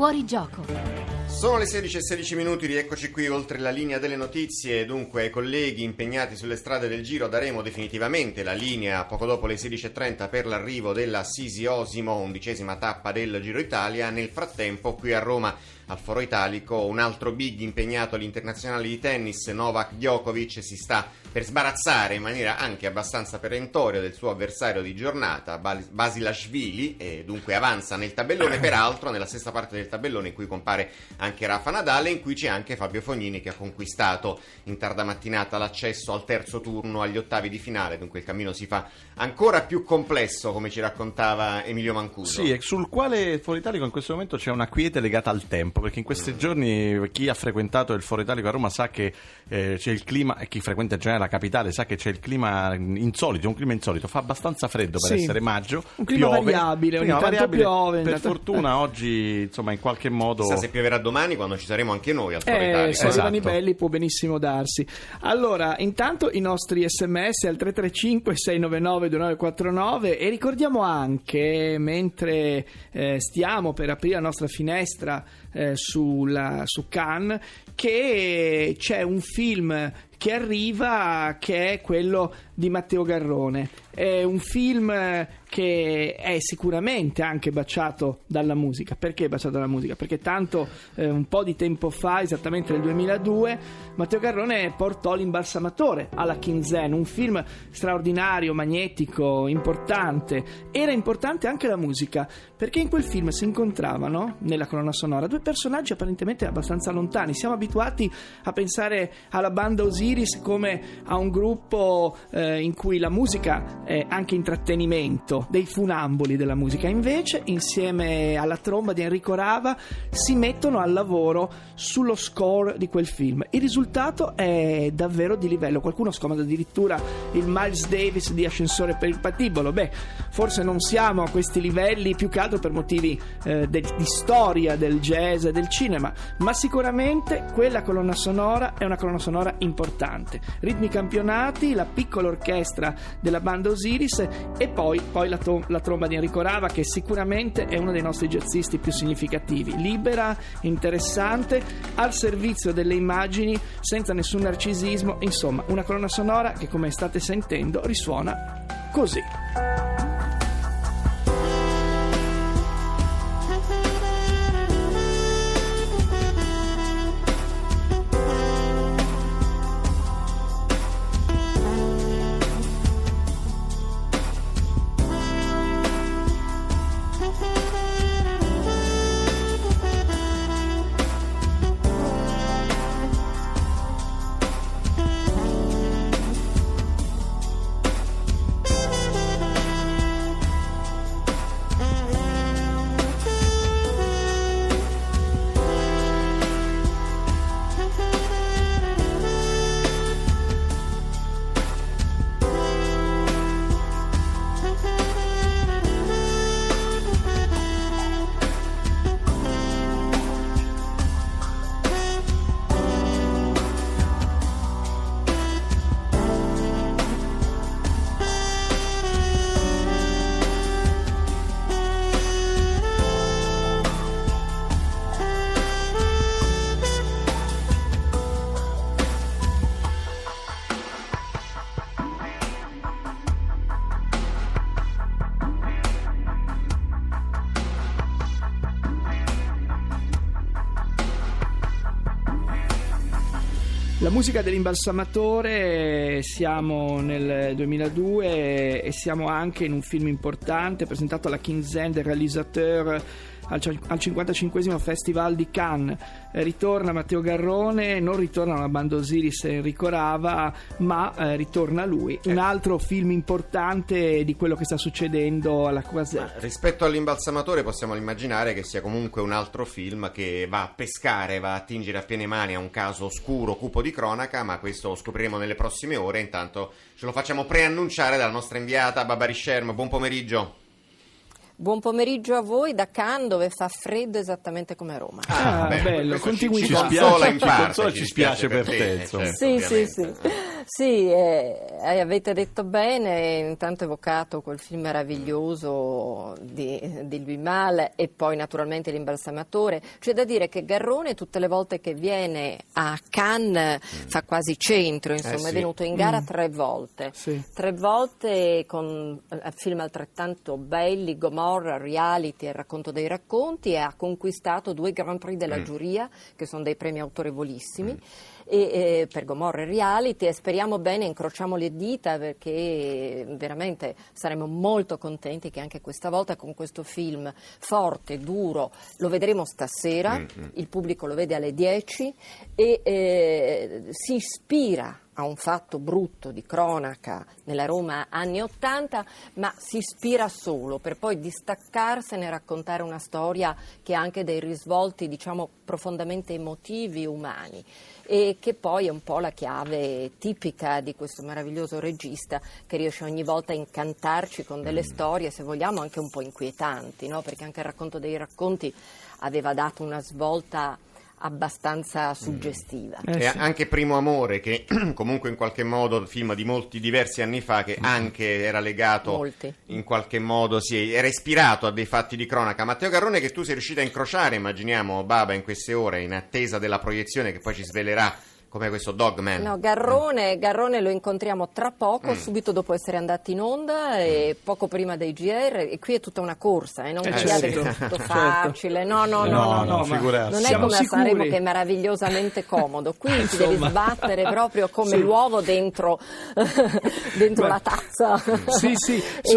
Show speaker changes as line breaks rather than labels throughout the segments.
Fuori gioco.
Sono le 16:16 minuti, rieccoci qui oltre la linea delle notizie. Dunque ai colleghi impegnati sulle strade del Giro daremo definitivamente la linea poco dopo le 16:30 per l'arrivo della 11ª tappa del Giro Italia. Nel frattempo qui a Roma al Foro Italico un altro big impegnato agli internazionali di tennis, Novak Djokovic, si sta per sbarazzare in maniera anche abbastanza perentoria del suo avversario di giornata, Basilashvili, e dunque avanza nel tabellone, peraltro nella stessa parte del tabellone in cui compare anche Rafa Nadal e in cui c'è anche Fabio Fognini che ha conquistato in tarda mattinata l'accesso al terzo turno agli ottavi di finale. Dunque il cammino si fa ancora più complesso, come ci raccontava Emilio Mancuso.
Sì, sul quale Foro Italico in questo momento c'è una quiete legata al tempo, perché in questi giorni chi ha frequentato il Foro Italico a Roma sa che c'è il clima, e chi frequenta in generale la capitale sa che c'è il clima insolito, un clima insolito, fa abbastanza freddo per essere maggio,
un clima
piove,
variabile, ogni tanto piove.
Per fortuna oggi insomma in qualche modo...
Chissà se pioverà domani quando ci saremo anche noi al Foro Italico.
Se arrivano i belli può benissimo darsi. Allora, intanto i nostri sms al 335 699 2949 e ricordiamo anche, mentre stiamo per aprire la nostra finestra su Cannes, che c'è un film che arriva, che è quello di Matteo Garrone. È un film che è sicuramente anche baciato dalla musica. Perché baciato dalla musica? Perché tanto un po' di tempo fa, esattamente nel 2002, Matteo Garrone portò L'imbalsamatore alla Quinzaine, un film straordinario, magnetico, importante. Era importante anche la musica, perché in quel film si incontravano, nella colonna sonora, due personaggi apparentemente abbastanza lontani. Siamo abituati a pensare alla banda Osiris come a un gruppo in cui la musica è anche intrattenimento, dei funamboli della musica. Invece, insieme alla tromba di Enrico Rava, si mettono al lavoro sullo score di quel film. Il risultato è davvero di livello. Qualcuno scomoda addirittura il Miles Davis di Ascensore per il Patibolo. Forse non siamo a questi livelli, più che altro per motivi di storia del jazz e del cinema, ma sicuramente quella colonna sonora è una colonna sonora importante. Ritmi campionati, la piccola orchestra della banda Osiris e poi la tromba di Enrico Rava, che sicuramente è uno dei nostri jazzisti più significativi. Libera, interessante, al servizio delle immagini, senza nessun narcisismo. Insomma, una colonna sonora che, come state sentendo, risuona così. La musica dell'Imbalsamatore, siamo nel 2002 e siamo anche in un film importante presentato alla Quinzaine des Réalisateurs al 55esimo Festival di Cannes. Ritorna Matteo Garrone, non ritorna la banda Osiris e Enrico Rava, ma ritorna lui. Un altro film importante di quello che sta succedendo alla Croisette.
Rispetto all'Imbalsamatore possiamo immaginare che sia comunque un altro film che va a pescare, va a attingere a piene mani a un caso oscuro, cupo di cronaca, ma questo lo scopriremo nelle prossime ore. Intanto ce lo facciamo preannunciare dalla nostra inviata Babari Sherm. Buon pomeriggio.
Buon pomeriggio a voi da Cannes, dove fa freddo esattamente come a Roma.
Bello, continuità.
Ci spiace per te, insomma.
Sì. Sì, avete detto bene, intanto evocato quel film meraviglioso di Louis Malle e poi naturalmente L'imbalsamatore. C'è da dire che Garrone tutte le volte che viene a Cannes fa quasi centro, insomma,
sì.
È venuto in gara 3 volte.
Sì.
3 volte con film altrettanto belli, Gomorra, Reality e Il racconto dei racconti, e ha conquistato 2 Grand Prix della giuria, che sono dei premi autorevolissimi. E per Gomorra e Reality, e speriamo bene, incrociamo le dita, perché veramente saremo molto contenti che anche questa volta con questo film forte, duro, lo vedremo stasera, il pubblico lo vede alle 10 e si ispira a un fatto brutto di cronaca nella Roma anni 80, ma si ispira solo per poi distaccarsene e raccontare una storia che ha anche dei risvolti, diciamo, profondamente emotivi, umani, e che poi è un po' la chiave tipica di questo meraviglioso regista, che riesce ogni volta a incantarci con delle storie, se vogliamo, anche un po' inquietanti, no? Perché anche Il racconto dei racconti aveva dato una svolta abbastanza suggestiva.
E
Sì.
anche Primo Amore, che comunque in qualche modo, film di molti diversi anni fa, che anche era legato
Molti.
in qualche modo, era ispirato a dei fatti di cronaca. Matteo Garrone, che tu sei riuscito a incrociare, immaginiamo, Baba, in queste ore, in attesa della proiezione che poi ci svelerà come questo Dogman.
No, Garrone lo incontriamo tra poco, subito dopo essere andati in onda e poco prima dei GR, e qui è tutta una corsa, non crediate
certo.
che sia tutto
Certo.
facile, no,
No, figurarsi.
non è
Siamo
come a
sicuri.
Sanremo, che è meravigliosamente comodo, qui ti devi sbattere proprio come l'uovo dentro la tazza.
Sì, sì.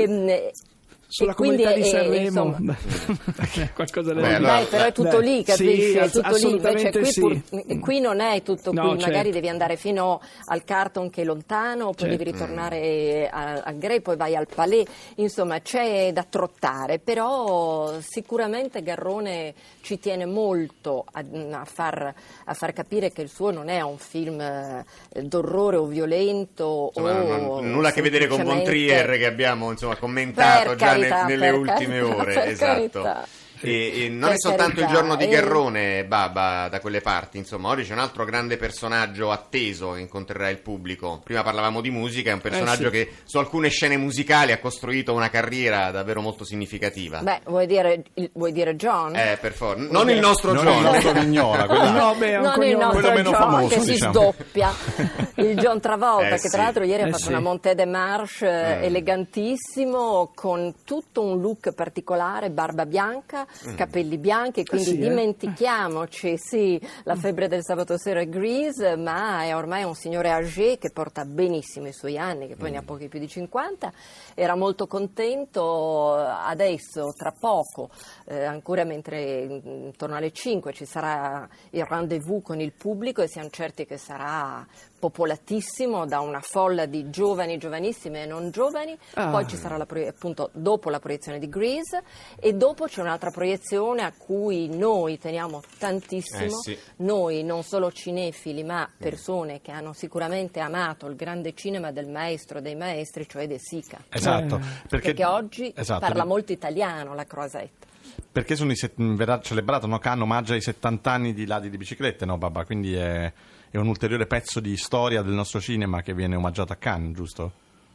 Sulla
E quindi
comunità di
insomma,
Sanremo qualcosa da
Beh,
dire.
allora-
dai, però è tutto lì, capisci?
Sì,
È tutto lì, invece
assolutamente
qui,
sì.
qui non è tutto
No,
qui, magari
certo.
devi andare fino al Carlton, che è lontano, poi
Certo.
devi ritornare al Grey, poi vai al Palais, insomma c'è da trottare, però sicuramente Garrone ci tiene molto a far capire che il suo non è un film d'orrore o violento,
Insomma,
o
nulla a che vedere con Von
semplicemente-
Trier, che abbiamo commentato
Per
già
carità,
nelle
per
ultime
carità,
ore.
per
Esatto.
carità.
E non
Per
è soltanto
carità,
il giorno di Garrone, Baba, da quelle parti, insomma, oggi c'è un altro grande personaggio atteso che incontrerà il pubblico. Prima parlavamo di musica, è un personaggio
sì.
che su alcune scene musicali ha costruito una carriera davvero molto significativa.
Beh, vuoi dire John?
Per forza, non il nostro
Non
John.
il nostro Vignola, quella-
No, beh, è un
Non il
cognome.
nostro
quello meno
John,
famoso,
che si
diciamo.
sdoppia, il John Travolta, che
sì.
tra l'altro ieri ha fatto
sì.
una montée de marche elegantissimo, con tutto un look particolare, barba bianca, capelli bianchi, quindi
sì,
dimentichiamoci, sì, la febbre del sabato sera è Grease, ma è ormai un signore âgé che porta benissimo i suoi anni, che poi ne ha pochi più di 50, era molto contento. Adesso, tra poco, ancora mentre intorno alle 5 ci sarà il rendezvous con il pubblico, e siamo certi che sarà popolatissimo da una folla di giovani, giovanissimi e non giovani. Poi ci sarà appunto dopo la proiezione di Grease, e dopo c'è un'altra proiezione a cui noi teniamo tantissimo,
Sì.
noi non solo cinefili ma persone che hanno sicuramente amato il grande cinema del maestro dei maestri, cioè De Sica,
Esatto,
perché oggi
esatto,
parla molto italiano, la Croisette.
perché verrà celebrato, no? Cannes omaggia i 70 anni di Ladi di biciclette, no, Babà? Quindi è un ulteriore pezzo di storia del nostro cinema che viene omaggiato a Cannes, giusto?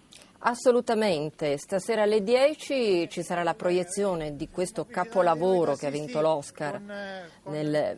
Assolutamente, stasera alle 10 ci sarà la proiezione di questo capolavoro che ha vinto l'Oscar nel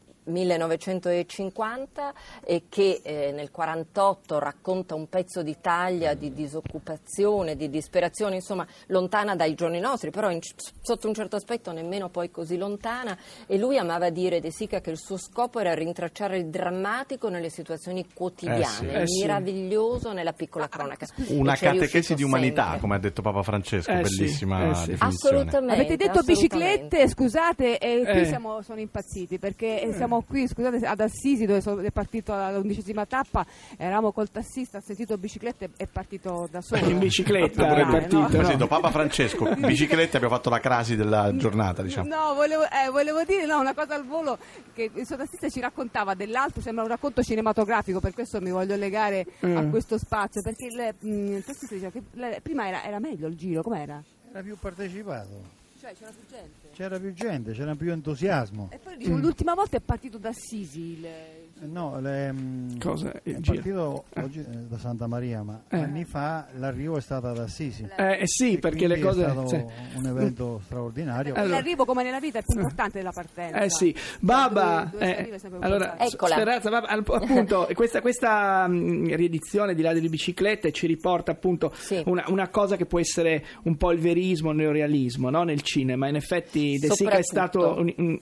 1950 e che nel 48 racconta un pezzo d'Italia di disoccupazione, di disperazione, insomma lontana dai giorni nostri, però sotto un certo aspetto nemmeno poi così lontana, e lui amava dire, De Sica, che il suo scopo era rintracciare il drammatico nelle situazioni quotidiane, il
sì.
meraviglioso nella piccola cronaca.
Una
E ci è
catechesi
riuscito
di umanità,
sempre.
come ha detto Papa Francesco,
Sì,
bellissima
sì.
definizione.
Assolutamente.
Avete detto
assolutamente.
biciclette, scusate, e qui
Eh.
sono impazziti, perché siamo qui, scusate, ad Assisi, dove è partito all'11ª tappa, eravamo col tassista, ha sentito biciclette, è partito da solo.
In bicicletta
A
è
pedalare,
partito,
no?
no?
Sento, Papa Francesco, biciclette, abbiamo fatto la crasi della giornata, diciamo.
No, volevo dire una cosa al volo, che il suo tassista ci raccontava dell'altro, sembra un racconto cinematografico, per questo mi voglio legare a questo spazio, perché il tassista diceva che prima era meglio il giro, com'era?
Era più partecipato,
Cioè c'era più gente.
c'era più gente, c'era più entusiasmo.
E poi dicevo, l'ultima volta è partito da Assisi il
No,
Cosa?
è partito oggi da Santa Maria, ma anni fa l'arrivo è stato ad Assisi.
Sì, perché le cose...
È stato un evento straordinario.
Allora.
L'arrivo, come nella vita, è più importante della partenza.
Sì. Baba,
Dove si arriva è sempre
allora,
Eccola.
Sferrazza, appunto, questa riedizione di Là delle biciclette ci riporta appunto una cosa che può essere un po' il verismo, il neorealismo, no? Nel cinema. In effetti De Sica è stato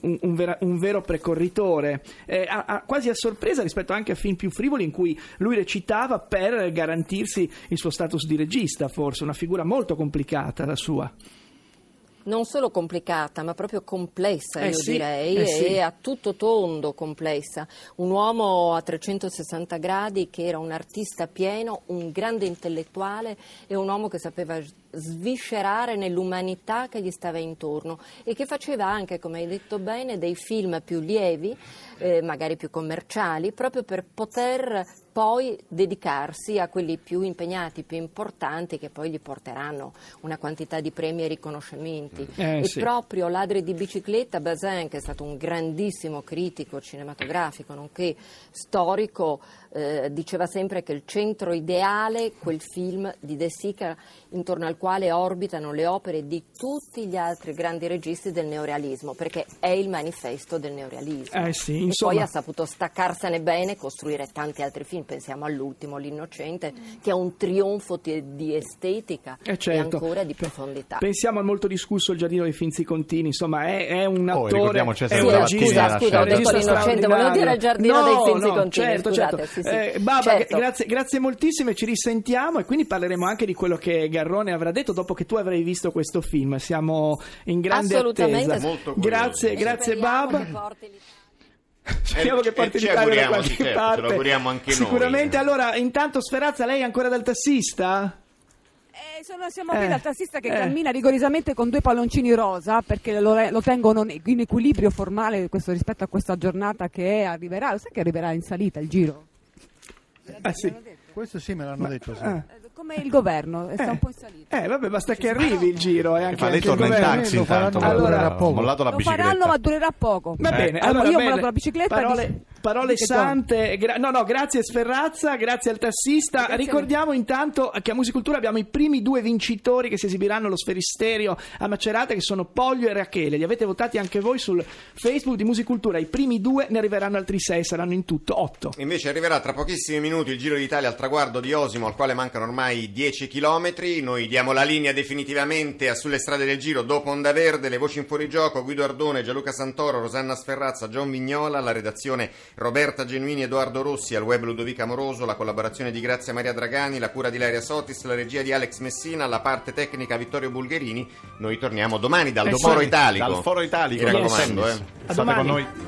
un vero precorritore, quasi a sorpresa rispetto anche a film più frivoli in cui lui recitava per garantirsi il suo status di regista, forse una figura molto complicata la sua.
Non solo complicata, ma proprio complessa, direi,
sì.
e a tutto tondo complessa. Un uomo a 360 gradi che era un artista pieno, un grande intellettuale e un uomo che sapeva sviscerare nell'umanità che gli stava intorno e che faceva anche, come hai detto bene, dei film più lievi, magari più commerciali, proprio per poter poi dedicarsi a quelli più impegnati, più importanti, che poi gli porteranno una quantità di premi e riconoscimenti. Proprio Ladri di bicicletta, Bazin, che è stato un grandissimo critico cinematografico, nonché storico, diceva sempre che il centro ideale, quel film di De Sica, intorno al quale orbitano le opere di tutti gli altri grandi registi del neorealismo, perché è il manifesto del neorealismo. E poi ha saputo staccarsene bene e costruire tanti altri film. Pensiamo all'ultimo, L'Innocente, che è un trionfo di estetica e ancora di profondità.
Pensiamo al molto discusso Il Giardino dei Finzi Contini, insomma è un attore,
ricordiamo Cesare
è un
Battista.
Scusa, ho detto L'Innocente, volevo dire Il Giardino dei Finzi Contini,
certo.
Sì.
Baba,
Certo.
grazie moltissimo, e ci risentiamo e quindi parleremo anche di quello che Garrone avrà detto dopo che tu avrai visto questo film. Siamo in grande
Assolutamente.
attesa.
Molto
Grazie Baba. Speriamo che porti
ci
l'Italia da
auguriamo,
qualche
certo,
parte.
ce lo auguriamo anche
Sicuramente.
noi.
Allora, intanto Sferrazza, lei è ancora dal tassista?
Siamo qui dal tassista che cammina rigorosamente con 2 palloncini rosa, perché lo tengono in equilibrio formale rispetto a questa giornata che arriverà. Lo sai che arriverà in salita il Giro?
Sì.
Questo sì, me l'hanno detto. Sì.
Come il governo, sta un po' in salita.
Vabbè, basta che arrivi il Giro.
Lei torna in
il
taxi
lo
intanto.
faranno,
durerà
poco.
Mollato la
Lo
bicicletta.
faranno, ma durerà poco.
Va bene,
allora io ho
bene.
mollato la bicicletta.
Parole sante. Grazie Sferrazza, grazie al tassista.
Grazie.
Ricordiamo intanto che a Musicultura abbiamo i primi 2 vincitori che si esibiranno allo Sferisterio a Macerata, che sono Poglio e Rachele. Li avete votati anche voi sul Facebook di Musicultura. I primi 2, ne arriveranno altri 6, saranno in tutto 8.
Invece arriverà tra pochissimi minuti il Giro d'Italia al traguardo di Osimo, al quale mancano ormai 10 chilometri. Noi diamo la linea definitivamente a Sulle strade del Giro dopo Onda Verde. Le voci in fuorigioco: Guido Ardone, Gianluca Santoro, Rosanna Sferrazza, John Vignola, la redazione Roberta Genuini, Edoardo Rossi, al web Ludovica Amoroso, la collaborazione di Grazia Maria Dragani, la cura di Ilaria Sotis, la regia di Alex Messina, la parte tecnica Vittorio Bulgherini. Noi torniamo domani dal Foro Italico.
Dal Foro Italico.
Mi raccomando,
State
domani.
con noi.